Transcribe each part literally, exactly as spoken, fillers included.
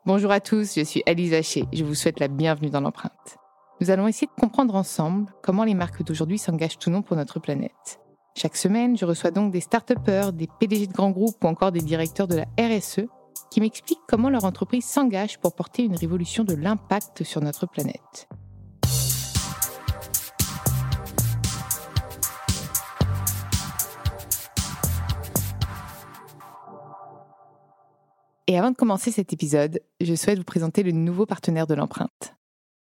Bonjour à tous, je suis Alice Haché. Je vous souhaite la bienvenue dans l'empreinte. Nous allons essayer de comprendre ensemble comment les marques d'aujourd'hui s'engagent ou non pour notre planète. Chaque semaine, je reçois donc des start-upers, des P D G de grands groupes ou encore des directeurs de la R S E qui m'expliquent comment leur entreprise s'engage pour porter une révolution de l'impact sur notre planète. Et avant de commencer cet épisode, je souhaite vous présenter le nouveau partenaire de l'empreinte.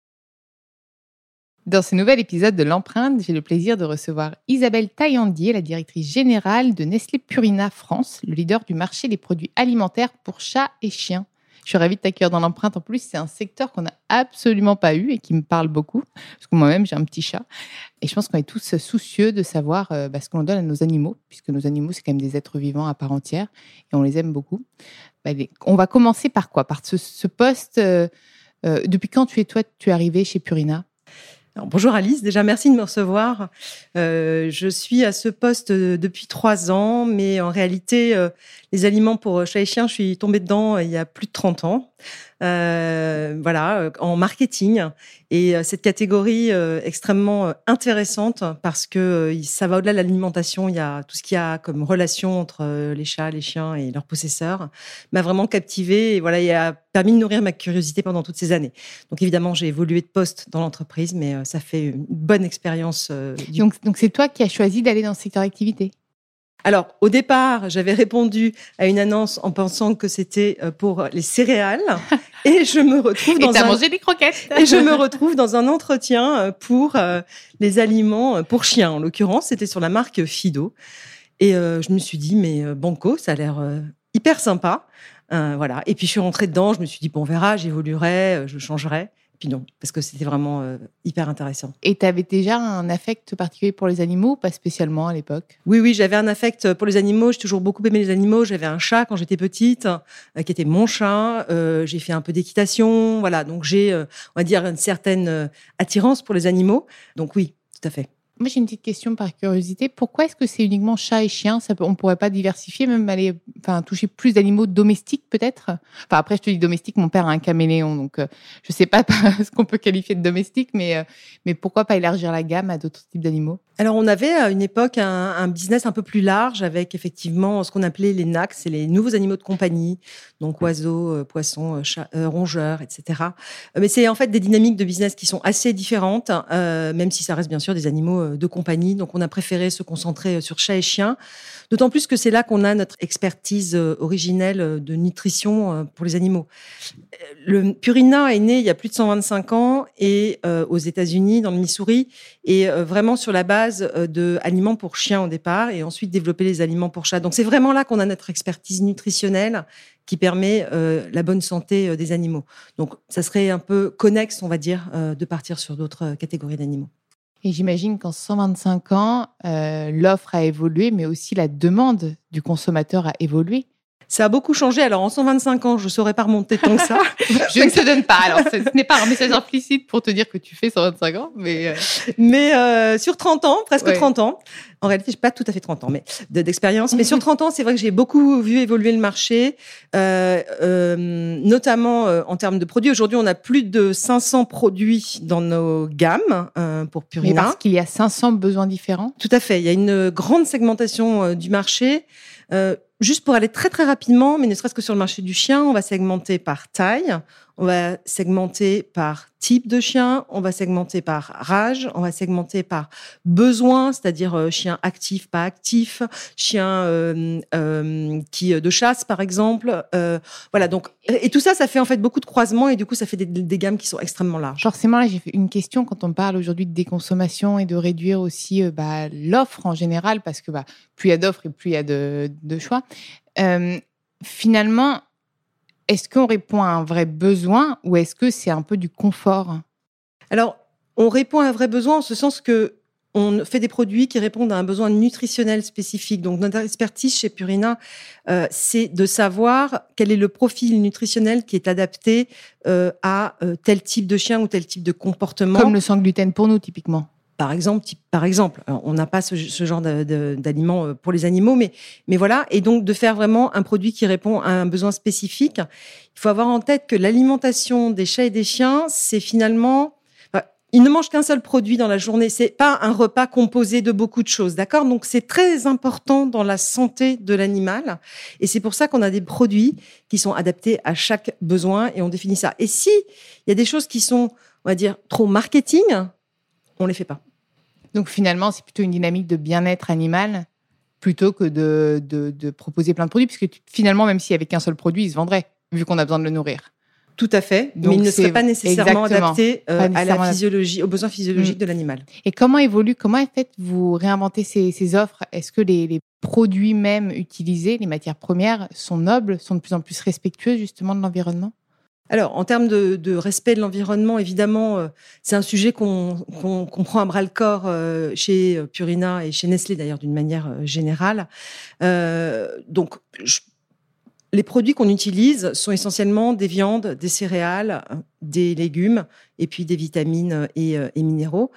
Dans ce nouvel épisode de l'empreinte, j'ai le plaisir de recevoir Isabelle Taillandier, la directrice générale de Nestlé Purina France, le leader du marché des produits alimentaires pour chats et chiens. Je suis ravie de t'accueillir dans l'empreinte. En plus, c'est un secteur qu'on n'a absolument pas eu et qui me parle beaucoup, parce que moi-même, j'ai un petit chat. Et je pense qu'on est tous soucieux de savoir euh, bah, ce qu'on donne à nos animaux, puisque nos animaux, c'est quand même des êtres vivants à part entière, et on les aime beaucoup. Bah, les... On va commencer par quoi ? Par ce, ce poste. Euh, euh, depuis quand tu es, toi, tu es arrivée chez Purina ? Alors, bonjour Alice, déjà merci de me recevoir. Euh, je suis à ce poste depuis trois ans, mais en réalité, euh, les aliments pour chats et chiens, je suis tombée dedans il y a plus de trente ans. Euh, voilà, en marketing. Et euh, cette catégorie euh, extrêmement intéressante parce que euh, ça va au-delà de l'alimentation. Il y a tout ce qu'il y a comme relation entre euh, les chats, les chiens et leurs possesseurs m'a vraiment captivée et voilà, il a permis de nourrir ma curiosité pendant toutes ces années. Donc évidemment, j'ai évolué de poste dans l'entreprise, mais euh, ça fait une bonne expérience. Euh, du... donc, donc c'est toi qui as choisi d'aller dans ce secteur d'activité ? Alors, au départ, j'avais répondu à une annonce en pensant que c'était pour les céréales et je me retrouve dans et t'as un... mangé des croquettes. et je me retrouve dans un entretien pour les aliments pour chiens. En l'occurrence, c'était sur la marque Fido. Et euh, je me suis dit, mais banco, ça a l'air euh, hyper sympa. Euh, voilà. Et puis, je suis rentrée dedans. Je me suis dit, bon, on verra, j'évoluerai, je changerai. Puis non, parce que c'était vraiment euh, hyper intéressant. Et tu avais déjà un affect particulier pour les animaux, pas spécialement à l'époque ? Oui, oui, j'avais un affect pour les animaux. J'ai toujours beaucoup aimé les animaux. J'avais un chat quand j'étais petite, euh, qui était mon chat. Euh, j'ai fait un peu d'équitation. Voilà, donc j'ai, euh, on va dire, une certaine euh, attirance pour les animaux. Donc oui, tout à fait. Moi, j'ai une petite question par curiosité. Pourquoi est-ce que c'est uniquement chat et chien ? Ça peut, on ne pourrait pas diversifier, même aller enfin, toucher plus d'animaux domestiques, peut-être ? Enfin, après, je te dis domestique, mon père a un caméléon, donc euh, je ne sais pas ce qu'on peut qualifier de domestique, mais, euh, mais pourquoi pas élargir la gamme à d'autres types d'animaux ? Alors, on avait à une époque un, un business un peu plus large avec effectivement ce qu'on appelait les N A C, c'est les nouveaux animaux de compagnie, donc oiseaux, euh, poissons, chats, euh, rongeurs, et cetera. Mais c'est en fait des dynamiques de business qui sont assez différentes, euh, même si ça reste bien sûr des animaux de compagnie. Donc, on a préféré se concentrer sur chats et chiens, d'autant plus que c'est là qu'on a notre expertise originelle de nutrition pour les animaux. Le Purina est né il y a plus de cent vingt-cinq ans et euh, aux États-Unis, dans le Missouri, et euh, vraiment sur la base de aliments pour chiens au départ et ensuite développer les aliments pour chats. Donc c'est vraiment là qu'on a notre expertise nutritionnelle qui permet euh, la bonne santé des animaux. Donc ça serait un peu connexe, on va dire, euh, de partir sur d'autres catégories d'animaux. Et j'imagine qu'en cent vingt-cinq ans, euh, l'offre a évolué, mais aussi la demande du consommateur a évolué. Ça a beaucoup changé. Alors, en cent vingt-cinq ans, je ne saurais pas remonter tant que ça. Je ne te donne pas. Alors, ce, ce n'est pas un message implicite pour te dire que tu fais cent vingt-cinq ans, mais... Euh... Mais euh, sur trente ans, presque ouais. trente ans. En réalité, je n'ai pas tout à fait trente ans mais de, d'expérience. Mais sur trente ans, c'est vrai que j'ai beaucoup vu évoluer le marché, euh, euh, notamment euh, en termes de produits. Aujourd'hui, on a plus de cinq cents produits dans nos gammes euh, pour Purina. Mais parce qu'il y a cinq cents besoins différents ? Tout à fait. Il y a une grande segmentation euh, du marché. Euh, juste pour aller très très rapidement, mais ne serait-ce que sur le marché du chien, on va segmenter par taille, on va segmenter par type de chien, on va segmenter par rage, on va segmenter par besoin, c'est-à-dire euh, chien actif, pas actif, chien euh, euh, qui de chasse par exemple. Euh, voilà, donc et tout ça, ça fait en fait beaucoup de croisements et du coup, ça fait des, des gammes qui sont extrêmement larges. Forcément, là, j'ai fait une question quand on parle aujourd'hui de déconsommation et de réduire aussi euh, bah, l'offre en général, parce que bah, plus il y a d'offres et plus il y a de, de choix. Euh, finalement, est-ce qu'on répond à un vrai besoin ou est-ce que c'est un peu du confort ? Alors, on répond à un vrai besoin en ce sens que on fait des produits qui répondent à un besoin nutritionnel spécifique. Donc, notre expertise chez Purina, euh, c'est de savoir quel est le profil nutritionnel qui est adapté euh, à euh, tel type de chien ou tel type de comportement. Comme le sans gluten pour nous, typiquement. par exemple, type, par exemple, alors, on n'a pas ce, ce genre de, de, d'aliments pour les animaux, mais, mais voilà. Et donc, de faire vraiment un produit qui répond à un besoin spécifique. Il faut avoir en tête que l'alimentation des chats et des chiens, c'est finalement... Ils ne mangent qu'un seul produit dans la journée. C'est pas un repas composé de beaucoup de choses, d'accord? Donc, c'est très important dans la santé de l'animal. Et c'est pour ça qu'on a des produits qui sont adaptés à chaque besoin et on définit ça. Et si il y a des choses qui sont, on va dire, trop marketing, on les fait pas. Donc, finalement, c'est plutôt une dynamique de bien-être animal plutôt que de, de, de proposer plein de produits, puisque tu, finalement, même s'il y avait qu'un seul produit, il se vendrait, vu qu'on a besoin de le nourrir. Tout à fait, donc mais il ne serait pas nécessairement adapté euh, pas nécessairement à la physiologie, aux besoins physiologiques mmh. de l'animal. Et comment évolue, comment en fait vous réinventez ces, ces offres? Est-ce que les, les produits même utilisés, les matières premières, sont nobles, sont de plus en plus respectueux justement de l'environnement? Alors, en termes de, de respect de l'environnement, évidemment, euh, c'est un sujet qu'on, qu'on, qu'on prend à bras-le-corps euh, chez Purina et chez Nestlé d'ailleurs d'une manière euh, générale. Euh, donc, je Les produits qu'on utilise sont essentiellement des viandes, des céréales, des légumes et puis des vitamines et, et minéraux.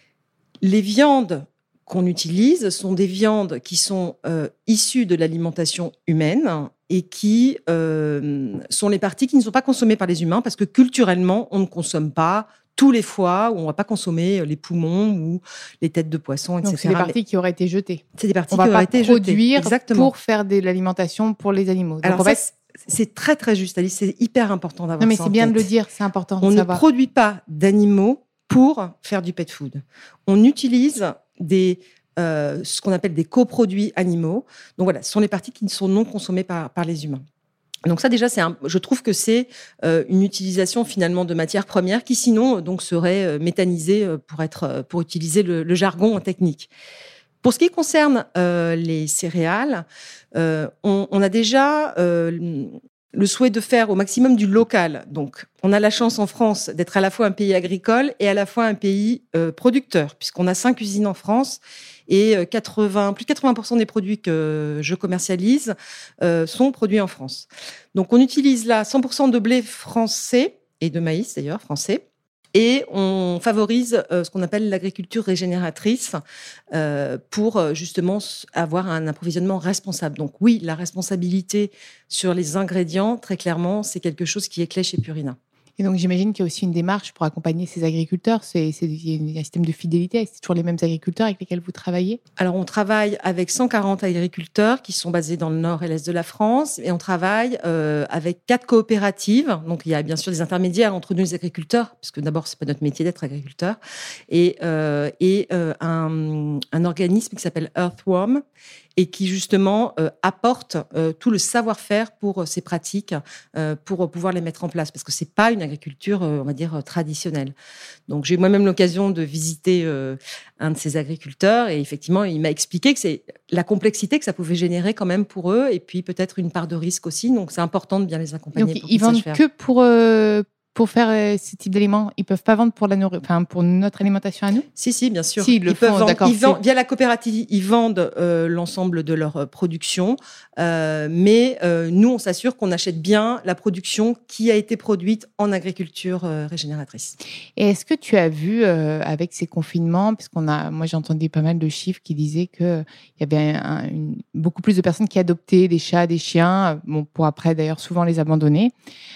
Les viandes qu'on utilise sont des viandes qui sont euh, issues de l'alimentation humaine et qui euh, sont les parties qui ne sont pas consommées par les humains parce que culturellement, on ne consomme pas tous les foies, où on ne va pas consommer les poumons ou les têtes de poisson, et cetera. Donc, c'est des parties Mais qui auraient été jetées. C'est des parties on qui auraient été jetées. On va pas produire pour faire de l'alimentation pour les animaux. Donc, Alors, en ça, fait, c'est très, très juste, Alice. C'est hyper important d'avoir ça. Non, mais c'est bien de le dire, c'est important de On savoir. ne produit pas d'animaux pour faire du pet food. On utilise des, euh, ce qu'on appelle des coproduits animaux. Donc voilà, ce sont les parties qui sont non consommées par, par les humains. Donc ça déjà, c'est un, je trouve que c'est euh, une utilisation finalement de matières premières qui sinon donc serait euh, méthanisée euh, pour être euh, pour utiliser le, le jargon technique. Pour ce qui concerne euh, les céréales, euh, on, on a déjà euh, le souhait de faire au maximum du local. Donc, on a la chance en France d'être à la fois un pays agricole et à la fois un pays euh, producteur, puisqu'on a cinq usines en France et quatre-vingts, plus de quatre-vingts pour cent des produits que je commercialise euh, sont produits en France. Donc, on utilise là cent pour cent de blé français et de maïs d'ailleurs français. Et on favorise euh, ce qu'on appelle l'agriculture régénératrice euh, pour justement avoir un approvisionnement responsable. Donc oui, la responsabilité sur les ingrédients, très clairement, c'est quelque chose qui est clé chez Purina. Et donc, j'imagine qu'il y a aussi une démarche pour accompagner ces agriculteurs. C'est, c'est, il y a un système de fidélité. C'est toujours les mêmes agriculteurs avec lesquels vous travaillez? Alors, on travaille avec cent quarante agriculteurs qui sont basés dans le nord et l'est de la France. Et on travaille euh, avec quatre coopératives. Donc, il y a bien sûr des intermédiaires entre nous, les agriculteurs, parce que d'abord, c'est pas notre métier d'être agriculteur. Et, euh, et euh, un, un organisme qui s'appelle Earthworm et qui justement euh, apporte euh, tout le savoir-faire pour euh, ces pratiques, euh, pour euh, pouvoir les mettre en place, parce que c'est pas une agriculture, euh, on va dire, euh, traditionnelle. Donc j'ai eu moi-même l'occasion de visiter euh, un de ces agriculteurs, et effectivement, il m'a expliqué que c'est la complexité que ça pouvait générer quand même pour eux, et puis peut-être une part de risque aussi. Donc c'est important de bien les accompagner. Donc pour ils vendent que pour euh... Pour faire euh, ce type d'aliments, ils peuvent pas vendre pour la nourri- enfin pour notre alimentation à nous? Si, si, bien sûr. Si, ils le ils font, peuvent vendre, d'accord. Ils vendent, via la coopérative, ils vendent euh, l'ensemble de leur euh, production, euh, mais euh, nous, on s'assure qu'on achète bien la production qui a été produite en agriculture euh, régénératrice. Et est-ce que tu as vu euh, avec ces confinements, parce qu'on a, moi j'ai entendu pas mal de chiffres qui disaient que il y avait un, une, beaucoup plus de personnes qui adoptaient des chats, des chiens, bon pour après d'ailleurs souvent les abandonner.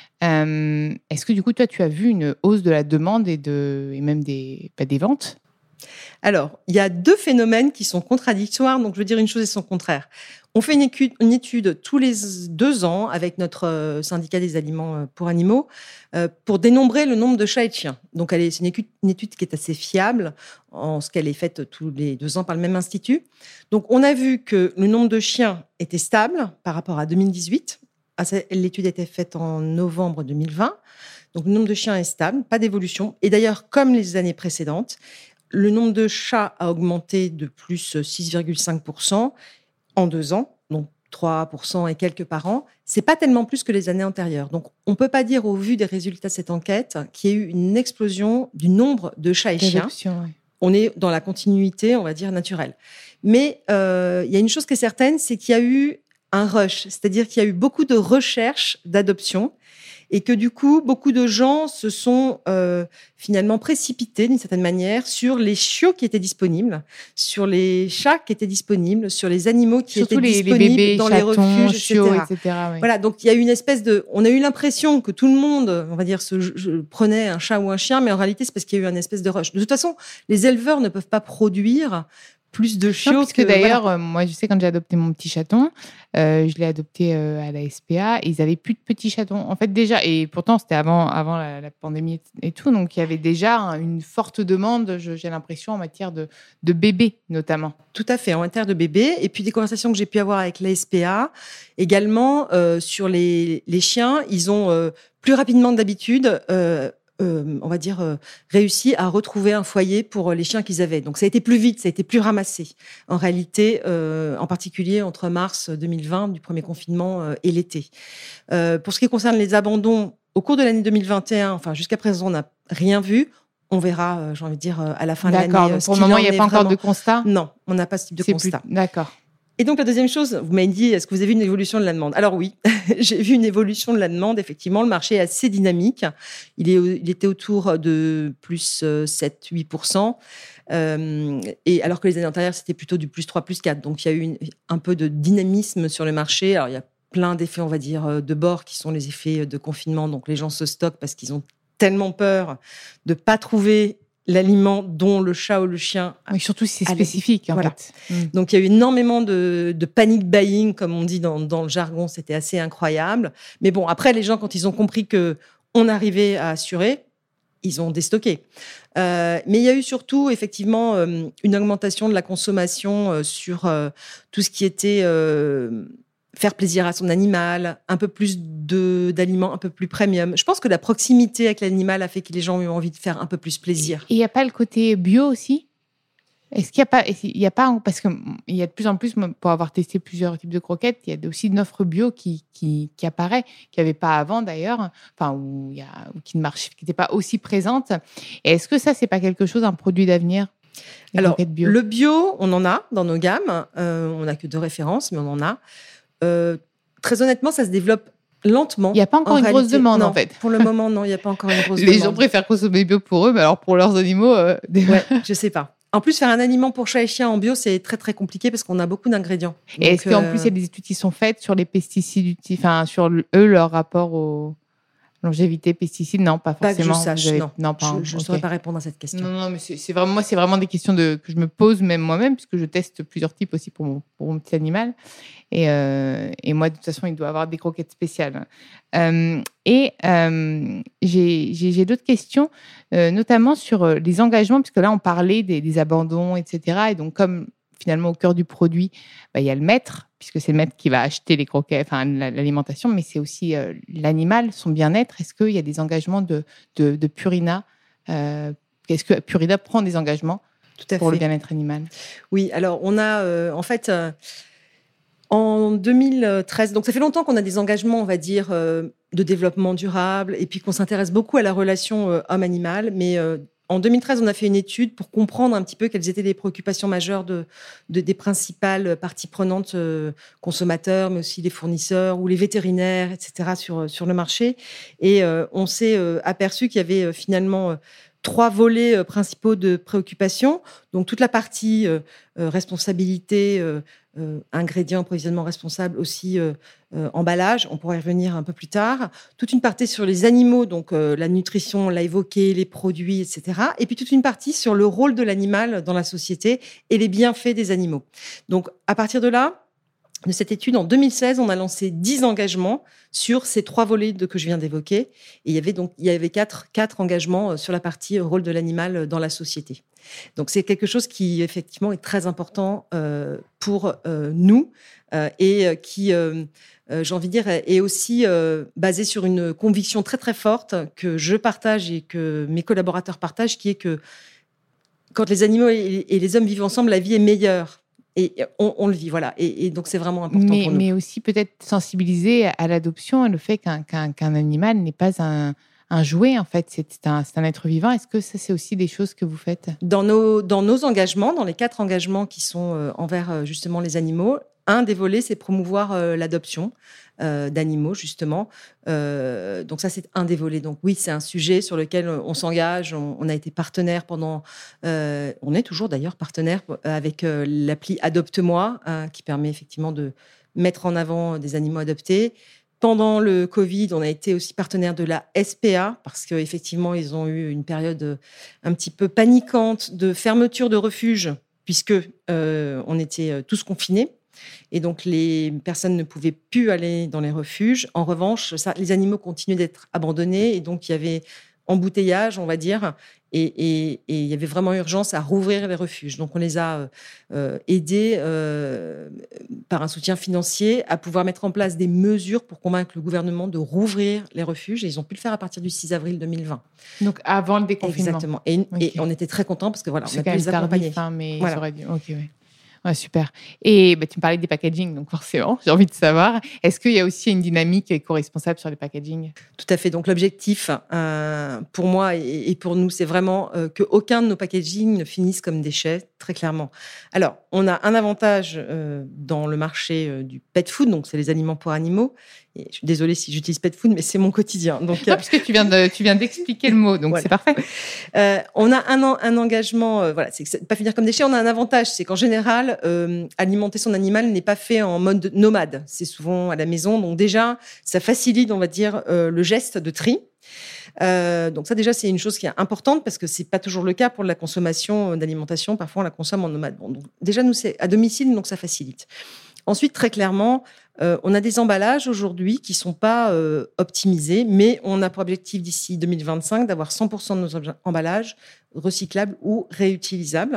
Euh, est-ce que du coup, toi, tu as vu une hausse de la demande et, de, et même des, bah, des ventes? Alors, il y a deux phénomènes qui sont contradictoires, donc je veux dire une chose et son contraire. On fait une étude, une étude tous les deux ans avec notre syndicat des aliments pour animaux euh, pour dénombrer le nombre de chats et de chiens. Donc, elle est, c'est une étude, une étude qui est assez fiable en ce qu'elle est faite tous les deux ans par le même institut. Donc, on a vu que le nombre de chiens était stable par rapport à deux mille dix-huit. L'étude a été faite en novembre deux mille vingt. Donc, le nombre de chiens est stable, pas d'évolution. Et d'ailleurs, comme les années précédentes, le nombre de chats a augmenté de plus six virgule cinq pour cent en deux ans, donc trois pour cent et quelques par an. C'est pas tellement plus que les années antérieures. Donc, on peut pas dire, au vu des résultats de cette enquête, qu'il y a eu une explosion du nombre de chats et chiens. Ouais. On est dans la continuité, on va dire, naturelle. Mais euh, il y a une chose qui est certaine, c'est qu'il y a eu un rush, c'est-à-dire qu'il y a eu beaucoup de recherches d'adoption et que du coup, beaucoup de gens se sont euh, finalement précipités d'une certaine manière sur les chiots qui étaient disponibles, sur les chats qui étaient disponibles, sur les animaux qui Surtout étaient les, disponibles les bébés, dans chatons, les refuges, chiots, et cetera. et cetera oui. Voilà, donc il y a eu une espèce de, on a eu l'impression que tout le monde, on va dire, se, je, prenait un chat ou un chien, mais en réalité, c'est parce qu'il y a eu un espèce de rush. De toute façon, les éleveurs ne peuvent pas produire plus de chiots. Non, puisque que, d'ailleurs, voilà. euh, moi, je sais quand j'ai adopté mon petit chaton, euh, je l'ai adopté euh, à la S P A et ils avaient plus de petits chatons. En fait, déjà, et pourtant, c'était avant, avant la, la pandémie et tout, donc il y avait déjà une forte demande, je, j'ai l'impression, en matière de, de bébés, notamment. Tout à fait, en matière de bébés. Et puis, des conversations que j'ai pu avoir avec la S P A, également, euh, sur les, les chiens, ils ont euh, plus rapidement que d'habitude euh, Euh, on va dire, euh, réussi à retrouver un foyer pour les chiens qu'ils avaient. Donc, ça a été plus vite, ça a été plus ramassé. En réalité, euh, en particulier entre mars deux mille vingt, du premier confinement, euh, et l'été. Euh, pour ce qui concerne les abandons, au cours de l'année deux mille vingt et un, enfin, jusqu'à présent, on n'a rien vu. On verra, euh, j'ai envie de dire, à la fin D'accord, de l'année. donc pour le moment, il n'y a pas vraiment... encore de constat ? Non, on n'a pas ce type de C'est constat. Plus... D'accord. Et donc, la deuxième chose, vous m'avez dit, est-ce que vous avez vu une évolution de la demande ? Alors oui, j'ai vu une évolution de la demande. Effectivement, le marché est assez dynamique. Il, est, il était autour de plus sept à huit pour cent. Euh, et alors que les années antérieures, c'était plutôt du plus trois, plus quatre. Donc, il y a eu une, un peu de dynamisme sur le marché. Alors, il y a plein d'effets, on va dire, de bord qui sont les effets de confinement. Donc, les gens se stockent parce qu'ils ont tellement peur de ne pas trouver l'aliment dont le chat ou le chien... Oui, surtout si c'est spécifique, en voilà. fait. Mmh. Donc, il y a eu énormément de, de panic buying, comme on dit dans, dans le jargon. C'était assez incroyable. Mais bon, après, les gens, quand ils ont compris qu'on arrivait à assurer, ils ont déstocké. Euh, mais il y a eu surtout, effectivement, euh, une augmentation de la consommation euh, sur euh, tout ce qui était... Euh, faire plaisir à son animal, un peu plus de, d'aliments un peu plus premium. Je pense que la proximité avec l'animal a fait que les gens ont eu envie de faire un peu plus plaisir. Et il n'y a pas le côté bio aussi ? Est-ce qu'il n'y a pas, il y a pas, parce qu'il y a de plus en plus, pour avoir testé plusieurs types de croquettes, il y a aussi une offre bio qui, qui, qui apparaît, qui n'y avait pas avant d'ailleurs, enfin, où il y a, ou qui ne marche, qui n'était pas aussi présente. Et est-ce que ça, c'est pas quelque chose, un produit d'avenir ? Alors, bio le bio, on en a dans nos gammes. Euh, on n'a que deux références, mais on en a. Euh, très honnêtement, ça se développe lentement. Il n'y a pas encore en une réalité. grosse demande, non, en fait. Pour le moment, non, il n'y a pas encore une grosse Les demande. Les gens préfèrent consommer bio pour eux, mais alors pour leurs animaux... Euh, des... Ouais, je sais pas. En plus, faire un aliment pour chat et chien en bio, c'est très, très compliqué parce qu'on a beaucoup d'ingrédients. Et Donc, est-ce qu'en euh... plus, il y a des études qui sont faites sur les pesticides, enfin, sur eux, leur rapport au... Longévité, pesticides, non, pas forcément. Pas que je sache, avez... non. non pas, je ne okay. saurais pas répondre à cette question. Non, non, mais c'est, c'est vraiment, moi, c'est vraiment des questions de, que je me pose même moi-même, puisque je teste plusieurs types aussi pour mon, pour mon petit animal. Et, euh, et moi, de toute façon, il doit avoir des croquettes spéciales. Euh, et euh, j'ai, j'ai, j'ai d'autres questions, euh, notamment sur les engagements, puisque là, on parlait des, des abandons, et cetera. Et donc, comme finalement, au cœur du produit, bah, il y a le maître, puisque c'est le maître qui va acheter les croquettes, enfin l'alimentation, mais c'est aussi euh, l'animal, son bien-être. Est-ce qu'il y a des engagements de, de, de Purina euh, Est-ce que Purina prend des engagements Tout à pour fait. le bien-être animal ? Oui, alors on a euh, en fait euh, en deux mille treize, donc ça fait longtemps qu'on a des engagements, on va dire, euh, de développement durable, et puis qu'on s'intéresse beaucoup à la relation euh, homme-animal, mais euh, en deux mille treize, on a fait une étude pour comprendre un petit peu quelles étaient les préoccupations majeures de, de, des principales parties prenantes, euh, consommateurs, mais aussi les fournisseurs ou les vétérinaires, et cetera, sur, sur le marché. Et euh, on s'est euh, aperçu qu'il y avait euh, finalement euh, trois volets euh, principaux de préoccupation. Donc, toute la partie euh, euh, responsabilité, euh, euh, ingrédients, approvisionnement responsable, aussi euh, euh, emballage, on pourrait y revenir un peu plus tard. Toute une partie sur les animaux, donc euh, la nutrition, on l'a évoqué, les produits, et cetera. Et puis toute une partie sur le rôle de l'animal dans la société et les bienfaits des animaux. Donc, à partir de là, de cette étude, en deux mille seize, on a lancé dix engagements sur ces trois volets de, que je viens d'évoquer. Et il y avait donc il y avait quatre, quatre engagements sur la partie rôle de l'animal dans la société. Donc, c'est quelque chose qui, effectivement, est très important euh, pour euh, nous euh, et qui, euh, euh, j'ai envie de dire, est aussi euh, basé sur une conviction très, très forte que je partage et que mes collaborateurs partagent, qui est que quand les animaux et, et les hommes vivent ensemble, la vie est meilleure. Et on, on le vit, voilà. Et, et donc, c'est vraiment important mais, pour nous. Mais aussi peut-être sensibiliser à l'adoption et le fait qu'un, qu'un, qu'un animal n'est pas un, un jouet, en fait. C'est un, c'est un être vivant. Est-ce que ça, c'est aussi des choses que vous faites ? Dans nos, dans nos engagements, dans les quatre engagements qui sont euh, envers euh, justement les animaux, un des volets, c'est promouvoir euh, l'adoption. euh, d'animaux, justement. Euh, donc ça, c'est un des volets. Donc oui, c'est un sujet sur lequel on s'engage. On, on a été partenaire pendant... Euh, on est toujours d'ailleurs partenaire avec euh, l'appli Adopte-moi, euh, qui permet effectivement de mettre en avant des animaux adoptés. Pendant le Covid, on a été aussi partenaire de la S P A parce qu'effectivement, ils ont eu une période un petit peu paniquante de fermeture de refuges puisque euh, on était tous confinés. Et donc, les personnes ne pouvaient plus aller dans les refuges. En revanche, ça, les animaux continuaient d'être abandonnés. Et donc, il y avait embouteillage, on va dire. Et, et, et il y avait vraiment urgence à rouvrir les refuges. Donc, on les a euh, aidés euh, par un soutien financier à pouvoir mettre en place des mesures pour convaincre le gouvernement de rouvrir les refuges. Et ils ont pu le faire à partir du six avril deux mille vingt. Donc, avant le déconfinement. Exactement. Et, okay. et on était très contents parce que voilà, c'est on a pu les accompagner. Tardif, hein, mais voilà. j'aurais dû... Ok, ouais. Ouais, super. Et bah, tu me parlais des packaging, donc forcément, j'ai envie de savoir, est-ce qu'il y a aussi une dynamique éco-responsable sur les packaging ? Tout à fait. Donc, l'objectif, euh, pour moi et, et pour nous, c'est vraiment euh, qu'aucun de nos packaging ne finisse comme déchets, très clairement. Alors, on a un avantage euh, dans le marché euh, du pet food, donc c'est les aliments pour animaux. Et je suis désolée si j'utilise pet food, mais c'est mon quotidien. Donc, non, puisque tu viens de, tu viens d'expliquer le mot, donc voilà. C'est parfait. Euh, on a un, un engagement, euh, voilà, c'est, c'est pas finir comme déchet. On a un avantage, c'est qu'en général, euh, alimenter son animal n'est pas fait en mode nomade. C'est souvent à la maison, donc déjà, ça facilite, on va dire, euh, le geste de tri. Euh, donc ça déjà c'est une chose qui est importante parce que c'est pas toujours le cas pour la consommation d'alimentation. Parfois on la consomme en nomade. Bon, donc déjà nous c'est à domicile, donc ça facilite. Ensuite très clairement, euh, on a des emballages aujourd'hui qui sont pas euh, optimisés, mais on a pour objectif d'ici deux mille vingt-cinq d'avoir cent pour cent de nos emballages recyclables ou réutilisables.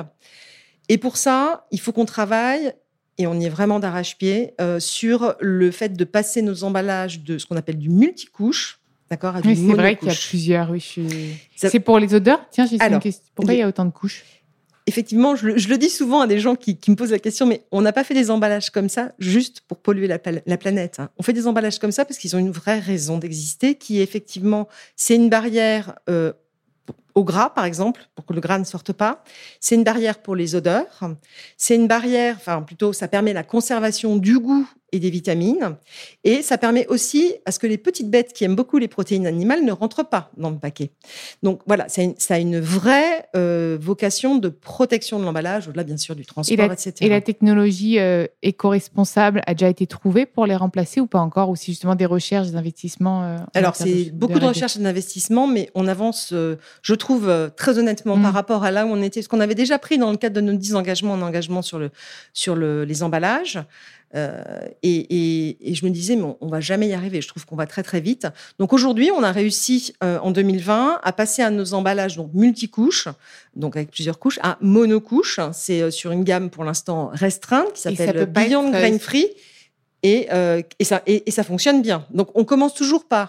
Et pour ça, il faut qu'on travaille. Et on y est vraiment d'arrache-pied euh, sur le fait de passer nos emballages de ce qu'on appelle du multicouche. D'accord, à oui, c'est monocouche. Vrai qu'il y a plusieurs. Oui, je suis... Ça... C'est pour les odeurs. Tiens, j'ai Alors, une question. Pourquoi les... il y a autant de couches ? Effectivement, je le, je le dis souvent à des gens qui, qui me posent la question, mais on n'a pas fait des emballages comme ça juste pour polluer la, la planète. Hein. On fait des emballages comme ça parce qu'ils ont une vraie raison d'exister, qui est effectivement, c'est une barrière euh, au gras, par exemple, pour que le gras ne sorte pas. C'est une barrière pour les odeurs. C'est une barrière, enfin plutôt, ça permet la conservation du goût et des vitamines. Et ça permet aussi à ce que les petites bêtes qui aiment beaucoup les protéines animales ne rentrent pas dans le paquet. Donc voilà, ça a une, ça a une vraie euh, vocation de protection de l'emballage, au-delà bien sûr du transport, et la, et cetera. Et la technologie euh, éco-responsable a déjà été trouvée pour les remplacer ou pas encore ? Ou c'est justement des recherches, des investissements euh, Alors c'est de, beaucoup de, de recherches et d'investissements, mais on avance, euh, je trouve, euh, très honnêtement, mmh. par rapport à là où on était, ce qu'on avait déjà pris dans le cadre de nos dix engagements en engagement sur, le, sur le, les emballages. Euh, et, et, et je me disais, mais on, on va jamais y arriver. Je trouve qu'on va très très vite. Donc aujourd'hui, on a réussi euh, en deux mille vingt à passer à nos emballages donc multicouches, donc avec plusieurs couches, à monocouches. C'est euh, sur une gamme pour l'instant restreinte qui s'appelle Beyond Grain Free, et, euh, et ça et, et ça fonctionne bien. Donc on commence toujours par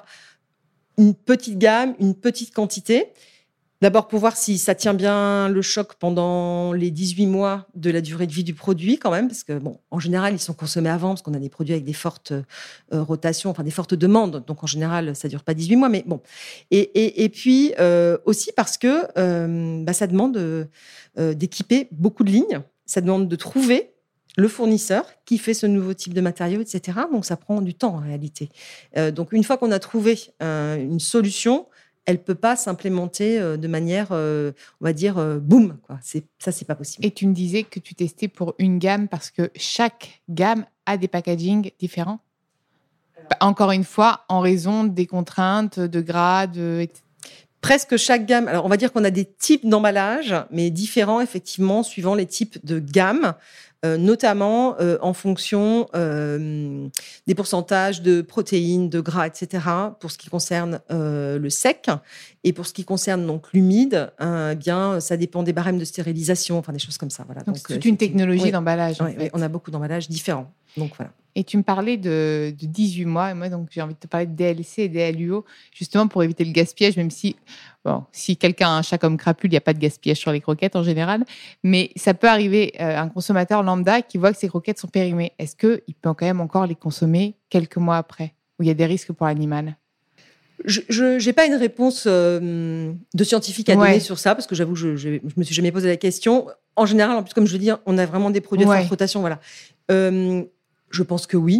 une petite gamme, une petite quantité. D'abord pour voir si ça tient bien le choc pendant les dix-huit mois de la durée de vie du produit quand même, parce que bon, en général ils sont consommés avant parce qu'on a des produits avec des fortes euh, rotations, enfin des fortes demandes, donc en général ça dure pas dix-huit mois, mais bon. Et, et, et puis euh, aussi parce que euh, bah, ça demande euh, d'équiper beaucoup de lignes, ça demande de trouver le fournisseur qui fait ce nouveau type de matériaux, et cetera. Donc ça prend du temps en réalité. Euh, donc une fois qu'on a trouvé euh, une solution, elle peut pas s'implémenter de manière, euh, on va dire, euh, boum, quoi. C'est, ça, c'est pas possible. Et tu me disais que tu testais pour une gamme parce que chaque gamme a des packagings différents. Alors, encore une fois, en raison des contraintes de gras, de... Presque chaque gamme. Alors, on va dire qu'on a des types d'emballage, mais différents, effectivement, suivant les types de gamme. Euh, notamment euh, en fonction euh, des pourcentages de protéines, de gras, et cetera. Pour ce qui concerne euh, le sec et pour ce qui concerne donc l'humide, euh, eh bien ça dépend des barèmes de stérilisation, enfin des choses comme ça. Voilà. Donc, donc c'est toute une technologie oui. d'emballage. Oui, en fait. Oui, on a beaucoup d'emballages différents. Donc voilà. Et tu me parlais de, de dix-huit mois, et moi donc j'ai envie de te parler de D L C et D L U O, justement pour éviter le gaspillage, même si bon, si quelqu'un a un chat comme crapule, il n'y a pas de gaspillage sur les croquettes en général, mais ça peut arriver euh, un consommateur lambda qui voit que ses croquettes sont périmées. Est-ce qu'il peut quand même encore les consommer quelques mois après, où il y a des risques pour l'animal ? Je n'ai pas une réponse euh, de scientifique à ouais. donner sur ça, parce que j'avoue, je ne me suis jamais posé la question. En général, en plus, comme je le dis, on a vraiment des produits ouais. à forte rotation. Voilà. Euh, je pense que oui.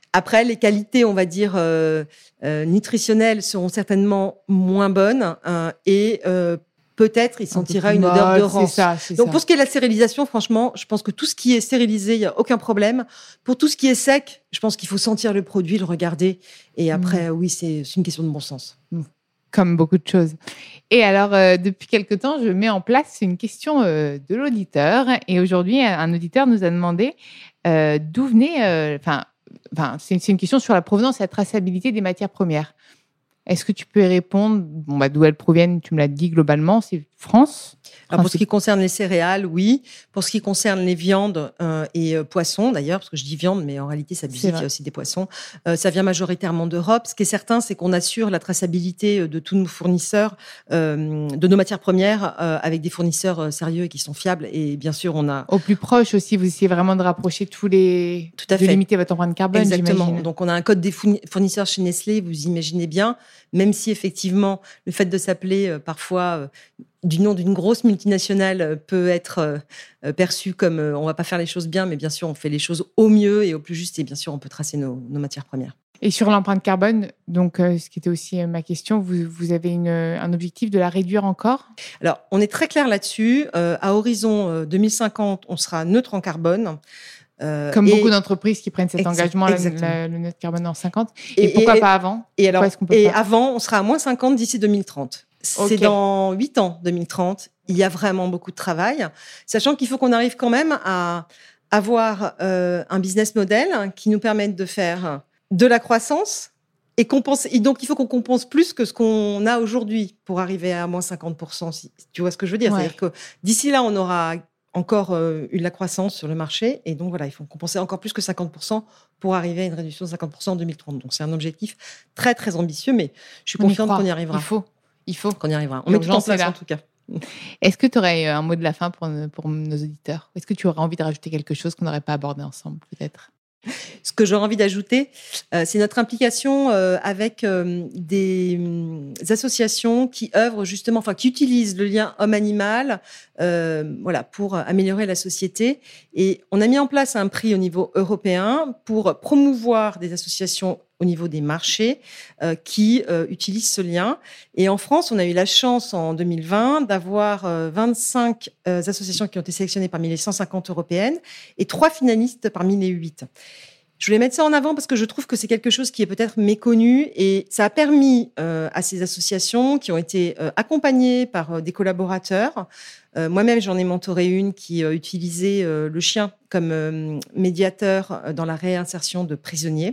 Après, les qualités, on va dire, euh, euh, nutritionnelles seront certainement moins bonnes euh, et euh, peut-être il sentira une odeur de rance. C'est ça, c'est Donc, ça. pour ce qui est de la stérilisation, franchement, je pense que tout ce qui est stérilisé, il n'y a aucun problème. Pour tout ce qui est sec, je pense qu'il faut sentir le produit, le regarder. Et après, mmh. oui, c'est, c'est une question de bon sens. Mmh. Comme beaucoup de choses. Et alors, euh, depuis quelque temps, je mets en place une question euh, de l'auditeur. Et aujourd'hui, un auditeur nous a demandé euh, d'où venait... Enfin, euh, c'est, c'est une question sur la provenance et la traçabilité des matières premières. Est-ce que tu peux y répondre? Bon, bah, d'où elles proviennent, tu me l'as dit globalement, c'est France. Alors, pour ce qui concerne les céréales, oui. Pour ce qui concerne les viandes euh, et euh, poissons, d'ailleurs, parce que je dis viande, mais en réalité, ça abusif, il y a aussi des poissons. Euh, ça vient majoritairement d'Europe. Ce qui est certain, c'est qu'on assure la traçabilité de tous nos fournisseurs, euh, de nos matières premières, euh, avec des fournisseurs euh, sérieux et qui sont fiables. Et bien sûr, on a... Au plus proche aussi, vous essayez vraiment de rapprocher tous les... Tout à fait. De limiter votre empreinte carbone, Exactement. J'imagine. Donc, on a un code des fournisseurs chez Nestlé, vous imaginez bien, même si effectivement, le fait de s'appeler euh, parfois... Euh, du nom d'une grosse multinationale peut être euh, perçu comme euh, on va pas faire les choses bien, mais bien sûr, on fait les choses au mieux et au plus juste, et bien sûr, on peut tracer nos, nos matières premières. Et sur l'empreinte carbone, donc, euh, ce qui était aussi euh, ma question, vous, vous avez une, un objectif de la réduire encore? Alors, on est très clair là-dessus. Euh, à horizon euh, deux mille cinquante, on sera neutre en carbone. Euh, Comme et beaucoup d'entreprises qui prennent cet exact, engagement, la, la, le neutre carbone en cinquante. Et, et pourquoi et, pas avant? Et, alors, et avant, on sera à moins cinquante d'ici deux mille trente. C'est okay. Dans huit ans, deux mille trente. Il y a vraiment beaucoup de travail, sachant qu'il faut qu'on arrive quand même à avoir euh, un business model qui nous permette de faire de la croissance et compenser. Et donc, il faut qu'on compense plus que ce qu'on a aujourd'hui pour arriver à moins cinquante pour cent. Si tu vois ce que je veux dire? Ouais. C'est-à-dire que d'ici là, on aura encore euh, eu de la croissance sur le marché. Et donc, voilà, il faut compenser encore plus que cinquante pour cent pour arriver à une réduction de cinquante pour cent en deux mille trente. Donc, c'est un objectif très, très ambitieux, mais je suis confiante qu'on y arrivera. Il faut. Il faut qu'on y arrivera. On met tout en place, en tout cas. Est-ce que tu aurais un mot de la fin pour, pour nos auditeurs? Est-ce que tu aurais envie de rajouter quelque chose qu'on n'aurait pas abordé ensemble, peut-être? Ce que j'aurais envie d'ajouter, euh, c'est notre implication euh, avec euh, des euh, associations qui œuvrent justement, enfin qui utilisent le lien homme-animal, euh, voilà, pour améliorer la société. Et on a mis en place un prix au niveau européen pour promouvoir des associations au niveau des marchés euh, qui euh, utilisent ce lien. Et en France, on a eu la chance en deux mille vingt d'avoir euh, vingt-cinq euh, associations qui ont été sélectionnées parmi les cent cinquante européennes et trois finalistes parmi les huit. Je voulais mettre ça en avant parce que je trouve que c'est quelque chose qui est peut-être méconnu et ça a permis euh, à ces associations qui ont été euh, accompagnées par euh, des collaborateurs. Euh, moi-même, j'en ai mentoré une qui euh, utilisait euh, le chien comme euh, médiateur dans la réinsertion de prisonniers.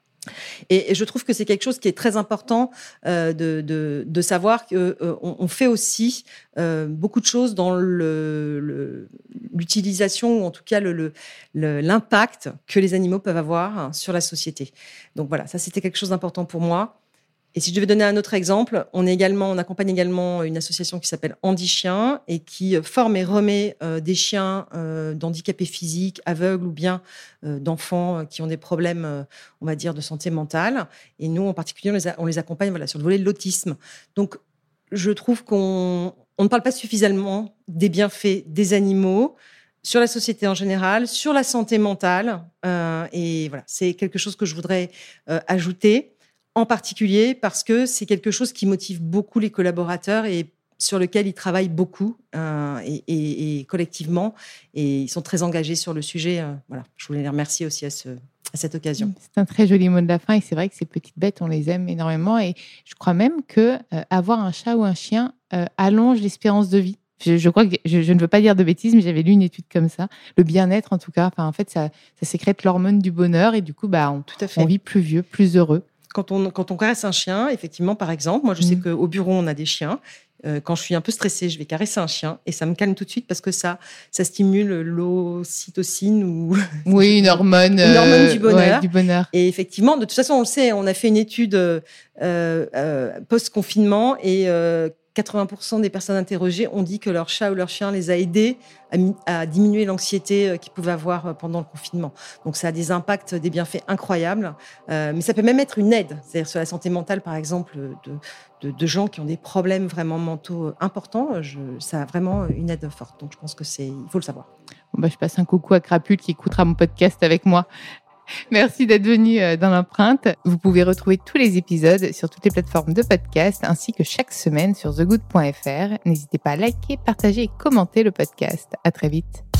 Et, et je trouve que c'est quelque chose qui est très important euh, de, de, de savoir qu'on euh, on fait aussi euh, beaucoup de choses dans le, le, l'utilisation, ou en tout cas le, le, le, l'impact que les animaux peuvent avoir sur la société. Donc voilà, ça c'était quelque chose d'important pour moi. Et si je devais donner un autre exemple, on, est également, on accompagne également une association qui s'appelle Handi Chien et qui forme et remet euh, des chiens euh, d'handicapés physiques, aveugles ou bien euh, d'enfants qui ont des problèmes, euh, on va dire, de santé mentale. Et nous, en particulier, on les, a, on les accompagne voilà, sur le volet de l'autisme. Donc, je trouve qu'on on ne parle pas suffisamment des bienfaits des animaux sur la société en général, sur la santé mentale. Euh, et voilà, c'est quelque chose que je voudrais euh, ajouter. En particulier parce que c'est quelque chose qui motive beaucoup les collaborateurs et sur lequel ils travaillent beaucoup euh, et, et, et collectivement. Et ils sont très engagés sur le sujet. Euh, voilà, je voulais les remercier aussi à, ce, à cette occasion. C'est un très joli mot de la fin et c'est vrai que ces petites bêtes, on les aime énormément. Et je crois même que euh, avoir un chat ou un chien euh, allonge l'espérance de vie. Je, je crois que je, je ne veux pas dire de bêtises, mais j'avais lu une étude comme ça. Le bien-être, en tout cas. Enfin, en fait, ça, ça sécrète l'hormone du bonheur et du coup, bah, on, tout à fait. On vit plus vieux, plus heureux. Quand on, quand on caresse un chien, effectivement, par exemple, moi, je mmh. sais qu'au bureau, on a des chiens. Euh, quand je suis un peu stressée, je vais caresser un chien et ça me calme tout de suite parce que ça, ça stimule l'ocytocine ou... Oui, une hormone, une hormone du bonheur. Ouais, du bonheur. Et effectivement, de toute façon, on le sait, on a fait une étude euh, euh, post-confinement et euh, quatre-vingts pour cent des personnes interrogées ont dit que leur chat ou leur chien les a aidés à, à diminuer l'anxiété qu'ils pouvaient avoir pendant le confinement. Donc, ça a des impacts, des bienfaits incroyables. Euh, mais ça peut même être une aide. C'est-à-dire sur la santé mentale, par exemple, de, de, de gens qui ont des problèmes vraiment mentaux importants. Je, ça a vraiment une aide forte. Donc, je pense que c'est, il faut le savoir. Bon bah, je passe un coucou à Crapule qui écoutera mon podcast avec moi. Merci d'être venu dans l'empreinte. Vous pouvez retrouver tous les épisodes sur toutes les plateformes de podcast ainsi que chaque semaine sur the good point f r. N'hésitez pas à liker, partager et commenter le podcast. À très vite.